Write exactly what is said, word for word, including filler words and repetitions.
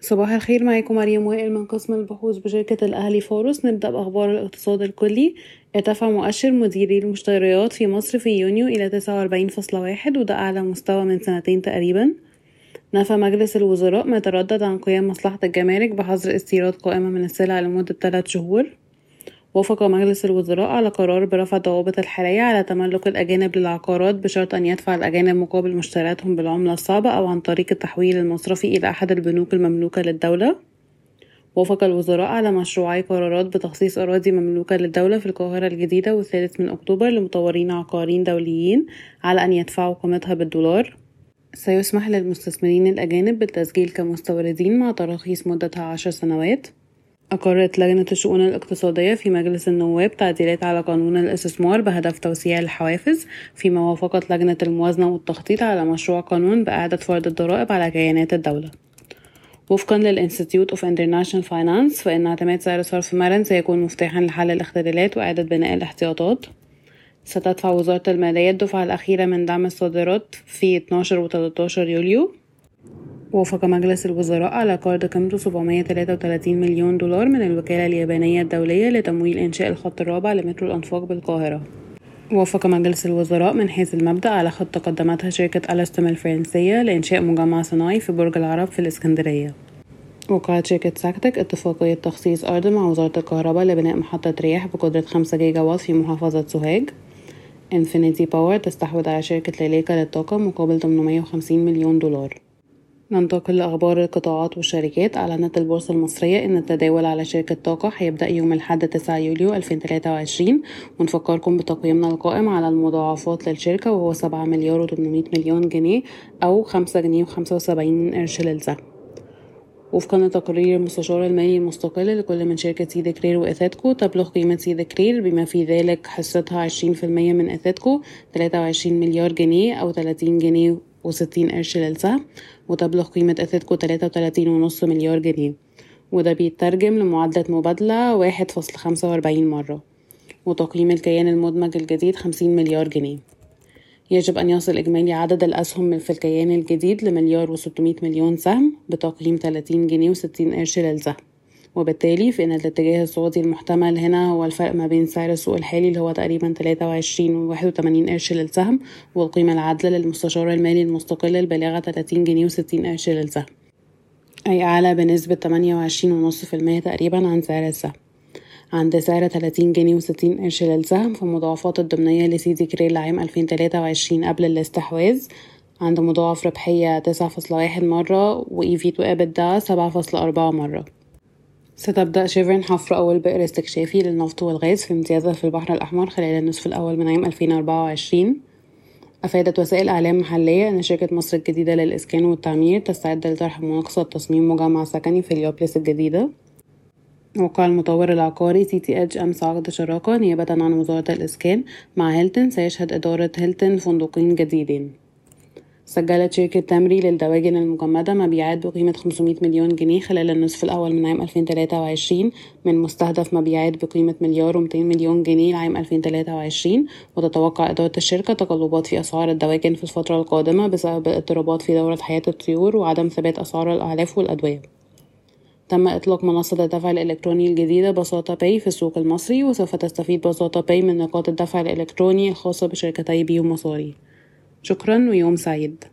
صباح الخير، معاكم مريم وائل من قسم البحوث بشركة الأهلي فورس. نبدأ بأخبار الاقتصاد الكلي. ارتفع مؤشر مديري المشتريات في مصر في يونيو إلى تسعة وأربعين فاصلة واحد، وده أعلى مستوى من سنتين تقريبا. نفى مجلس الوزراء ما تردد عن قيام مصلحة الجمارك بحظر استيراد قائمة من السلع لمدة ثلاث شهور. وافق مجلس الوزراء على قرار برفع ضوابط الحرية على تملك الأجانب للعقارات بشرط أن يدفع الأجانب مقابل مشترياتهم بالعملة الصعبة أو عن طريق التحويل المصرفي إلى أحد البنوك المملوكة للدولة. وافق الوزراء على مشروعي قرارات بتخصيص أراضي مملوكة للدولة في القاهرة الجديدة والثالث من أكتوبر لمطورين عقاريين دوليين على أن يدفعوا قيمتها بالدولار. سيسمح للمستثمرين الأجانب بالتسجيل كمستوردين مع تراخيص مدتها عشر سنوات. أقرت لجنة الشؤون الاقتصادية في مجلس النواب تعديلات على قانون الاستثمار بهدف توسيع الحوافز، فيما وافقت لجنة الموازنة والتخطيط على مشروع قانون بإعادة فرض الضرائب على كيانات الدولة. وفقا للإنستيتيوت اوف انترناشونال فاينانس، فإن اعتماد سعر صرف مرن سيكون مفتاحا لحل الاختلالات وإعادة بناء الاحتياطات. ستدفع وزارة المالية الدفعة الأخيرة من دعم الصادرات في اثناشر و ثلاثة عشر يوليو. وافق مجلس الوزراء على قرض قيمته سبعمائة وثلاثة وثلاثين مليون دولار من الوكالة اليابانية الدولية لتمويل إنشاء الخط الرابع لمترو الأنفاق بالقاهرة. وافق مجلس الوزراء من حيث المبدأ على خطة قدمتها شركة ألستم الفرنسية لإنشاء مجمع صناعي في برج العرب في الإسكندرية. وقعت شركة ساكتك اتفاقية تخصيص أرض مع وزارة الكهرباء لبناء محطة رياح بقدرة خمسة جيجا وات في محافظة سوهاج. انفينيتي باور تستحوذ على شركة ليليكا للطاقة مقابل ثمانمائة وخمسين مليون دولار. ننتقل لأخبار القطاعات والشركات. أعلنت البورصة المصرية أن التداول على شركة طاقة هيبدأ يوم الأحد تسعة يوليو ألفين وثلاثة وعشرين، ونفكركم بتقييمنا القائم على المضاعفات للشركة وهو سبعة مليار وثمانمائة مليون جنيه أو خمسة جنيه وخمسة وسبعين قرش للسهم. وفقا لتقرير المستشار المالي المستقل لكل من شركة سيدي كرير وإثاتكو، تبلغ قيمة سيدي كرير بما في ذلك حصتها عشرين في المية من إثاتكو ثلاثة وعشرين مليار جنيه أو ثلاثين جنيه وستين قرش للسهم، وتبلغ قيمة إثاتكو ثلاثة وثلاثين ونص مليار جنيه، وده بيترجم لمعادلة مبادلة واحد فاصلة خمسة وأربعين مرة. وتقييم الكيان المدمج الجديد خمسين مليار جنيه. يجب أن يصل إجمالي عدد الأسهم في الكيان الجديد لمليار وستمائة مليون سهم بتقييم ثلاثين جنيه وستين قرش للسهم، وبالتالي فإن الاتجاه الصعودي المحتمل هنا هو الفرق ما بين سعر السوق الحالي اللي هو تقريبا ثلاثة وعشرين وواحد وثمانين قرش للسهم والقيمة العادلة للمستشار المالي المستقل البالغة ثلاثين جنيه وستين قرش للسهم، أي أعلى بنسبة ثمانية وعشرين فاصلة خمسة بالمية تقريبا عن سعر السهم. عند سعر ثلاثين جنيه وستين قرش للسهم، فالمضاعفات الضمنية لسيدي كرير لعام ألفين وثلاثة وعشرين قبل الاستحواذ عند مضاعف ربحية تسعة فاصلة واحد مرة و إي في تو إبدا سبعة فاصلة أربعة مرة. ستبدأ شيفرن حفر أول بئر استكشافي للنفط والغاز في امتيازها في البحر الأحمر خلال النصف الأول من عام ألفين وأربعة وعشرين. أفادت وسائل إعلام محلية أن شركة مصر الجديدة للإسكان والتعمير تستعد لطرح مناقصة تصميم مجمع سكني في اليوبلس الجديدة. وقع المطور العقاري سي تي إدج أمس عقد شراكة نيابة عن وزارة الإسكان مع هيلتون، سيشهد إدارة هيلتون فندقين جديدين. سجلت شركة تمري للدواجن المجمدة مبيعات بقيمة خمسمائة مليون جنيه خلال النصف الأول من عام ألفين وثلاثة وعشرين من مستهدف مبيعات بقيمة مليار ومئتين مليون جنيه لعام ألفين وثلاثة وعشرين. وتتوقع إدارة الشركة تقلبات في أسعار الدواجن في الفترة القادمة بسبب الاضطرابات في دورة حياة الطيور وعدم ثبات أسعار الأعلاف والأدوية. تم إطلاق منصة الدفع الإلكتروني الجديدة بساطة باي في السوق المصري، وسوف تستفيد بساطة باي من نقاط الدفع الإلكتروني الخاصة بشركتي بي ومصاري. شكرا ويوم سعيد.